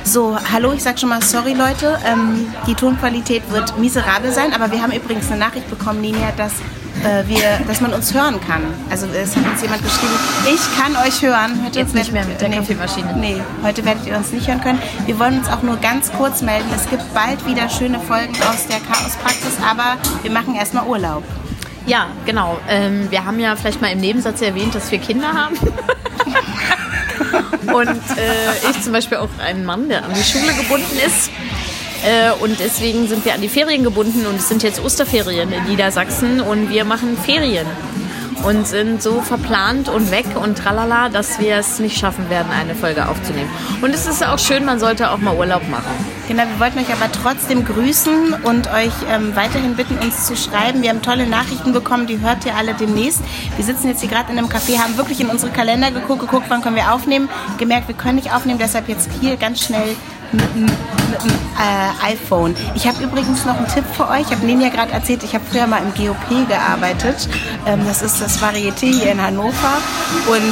So, hallo, ich sag schon mal sorry, Leute. Die Tonqualität wird miserabel sein, aber wir haben übrigens eine Nachricht bekommen, Ninja, dass man uns hören kann. Also es hat uns jemand geschrieben, ich kann euch hören. Heute jetzt nicht mehr mit der Kaffeemaschine. Nee, heute werdet ihr uns nicht hören können. Wir wollen uns auch nur ganz kurz melden. Es gibt bald wieder schöne Folgen aus der Chaospraxis, aber wir machen erstmal Urlaub. Ja, genau. Wir haben ja vielleicht mal im Nebensatz erwähnt, dass wir Kinder haben. Und ich zum Beispiel auch einen Mann, der an die Schule gebunden ist. Und deswegen sind wir an die Ferien gebunden und es sind jetzt Osterferien in Niedersachsen und wir machen Ferien und sind so verplant und weg und tralala, dass wir es nicht schaffen werden, eine Folge aufzunehmen. Und es ist auch schön, man sollte auch mal Urlaub machen. Genau, wir wollten euch aber trotzdem grüßen und euch weiterhin bitten, uns zu schreiben. Wir haben tolle Nachrichten bekommen, die hört ihr alle demnächst. Wir sitzen jetzt hier gerade in einem Café, haben wirklich in unsere Kalender geguckt, wann können wir aufnehmen. Gemerkt, wir können nicht aufnehmen, deshalb jetzt hier ganz schnell mit dem iPhone. Ich habe übrigens noch einen Tipp für euch. Ich habe Ninja gerade erzählt, ich habe früher mal im GOP gearbeitet. Das ist das Varieté hier in Hannover. Und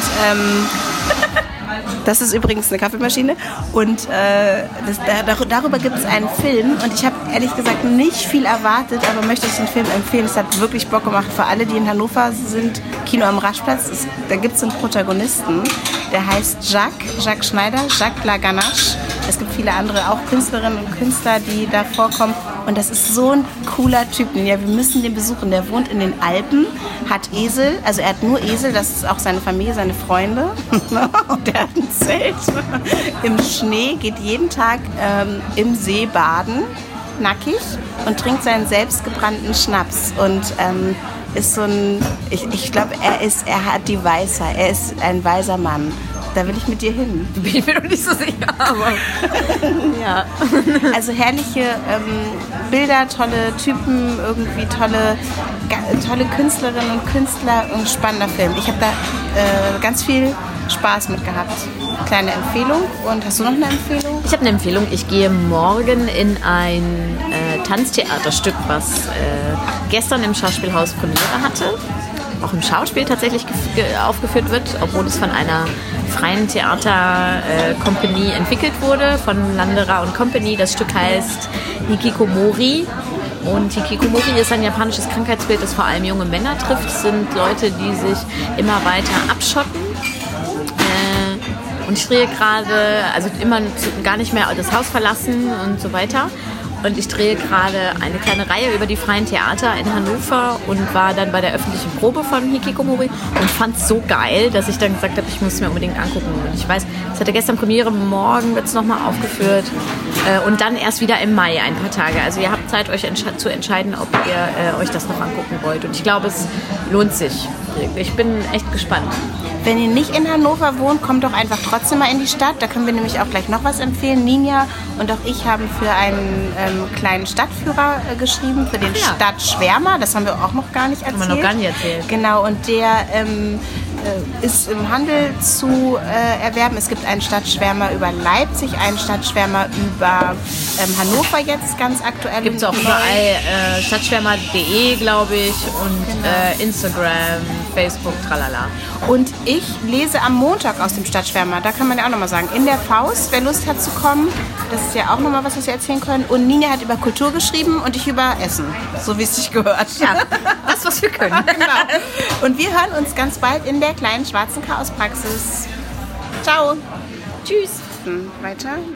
das ist übrigens eine Kaffeemaschine. Und darüber gibt es einen Film. Und ich habe ehrlich gesagt nicht viel erwartet, aber möchte euch den Film empfehlen. Es hat wirklich Bock gemacht für alle, die in Hannover sind. Kino am Raschplatz. Da gibt es einen Protagonisten, der heißt Jacques Schneider, Jacques Laganache. Es gibt viele andere, auch Künstlerinnen und Künstler, die da vorkommen. Und das ist so ein cooler Typ. Ja, wir müssen den besuchen. Der wohnt in den Alpen, hat Esel. Also er hat nur Esel, das ist auch seine Familie, seine Freunde. Und er hat ein Zelt im Schnee, geht jeden Tag im See baden, nackig, und trinkt seinen selbstgebrannten Schnaps. Und ist so ein, ich glaube, er hat die Weisheit. Er ist ein weiser Mann. Da will ich mit dir hin. Bin ich mir noch nicht so sicher, aber ja. Also herrliche Bilder, tolle Typen, irgendwie tolle Künstlerinnen und Künstler und spannender Film. Ich habe da ganz viel Spaß mit gehabt. Kleine Empfehlung. Und hast du noch eine Empfehlung? Ich habe eine Empfehlung. Ich gehe morgen in ein Tanztheaterstück, was gestern im Schauspielhaus Premiere hatte. Auch im Schauspiel tatsächlich aufgeführt wird, obwohl es von einer freien Theater-Company entwickelt wurde, von Landera und Company. Das Stück heißt Hikikomori. Und Hikikomori ist ein japanisches Krankheitsbild, das vor allem junge Männer trifft. Es sind Leute, die sich immer weiter abschotten. Und ich drehe gerade, also immer gar nicht mehr das Haus verlassen und so weiter. Und ich drehe gerade eine kleine Reihe über die freien Theater in Hannover und war dann bei der öffentlichen Probe von Hikikomori und fand es so geil, dass ich dann gesagt habe, ich muss es mir unbedingt angucken. Und ich weiß, es hatte gestern Premiere, morgen wird es nochmal aufgeführt und dann erst wieder im Mai ein paar Tage. Also ihr habt Zeit, euch zu entscheiden, ob ihr euch das noch angucken wollt. Und ich glaube, es lohnt sich. Ich bin echt gespannt. Wenn ihr nicht in Hannover wohnt, kommt doch einfach trotzdem mal in die Stadt. Da können wir nämlich auch gleich noch was empfehlen. Ninja und auch ich haben für einen kleinen Stadtführer geschrieben, für den Stadtschwärmer. Das haben wir auch noch gar nicht erzählt. Haben wir noch gar nicht erzählt. Genau, und der ist im Handel zu erwerben. Es gibt einen Stadtschwärmer über Leipzig, einen Stadtschwärmer über Hannover jetzt ganz aktuell. Gibt es auch überall stadtschwärmer.de, glaube ich, und Instagram, Facebook, tralala. Und ich lese am Montag aus dem Stadtschwärmer, da kann man ja auch nochmal sagen, in der Faust, wer Lust hat zu kommen, das ist ja auch nochmal was wir erzählen können. Und Nina hat über Kultur geschrieben und ich über Essen, so wie es sich gehört. Ja, das, was wir können. Genau. Und wir hören uns ganz bald in der kleinen schwarzen Chaospraxis. Ciao. Tschüss. Weiter.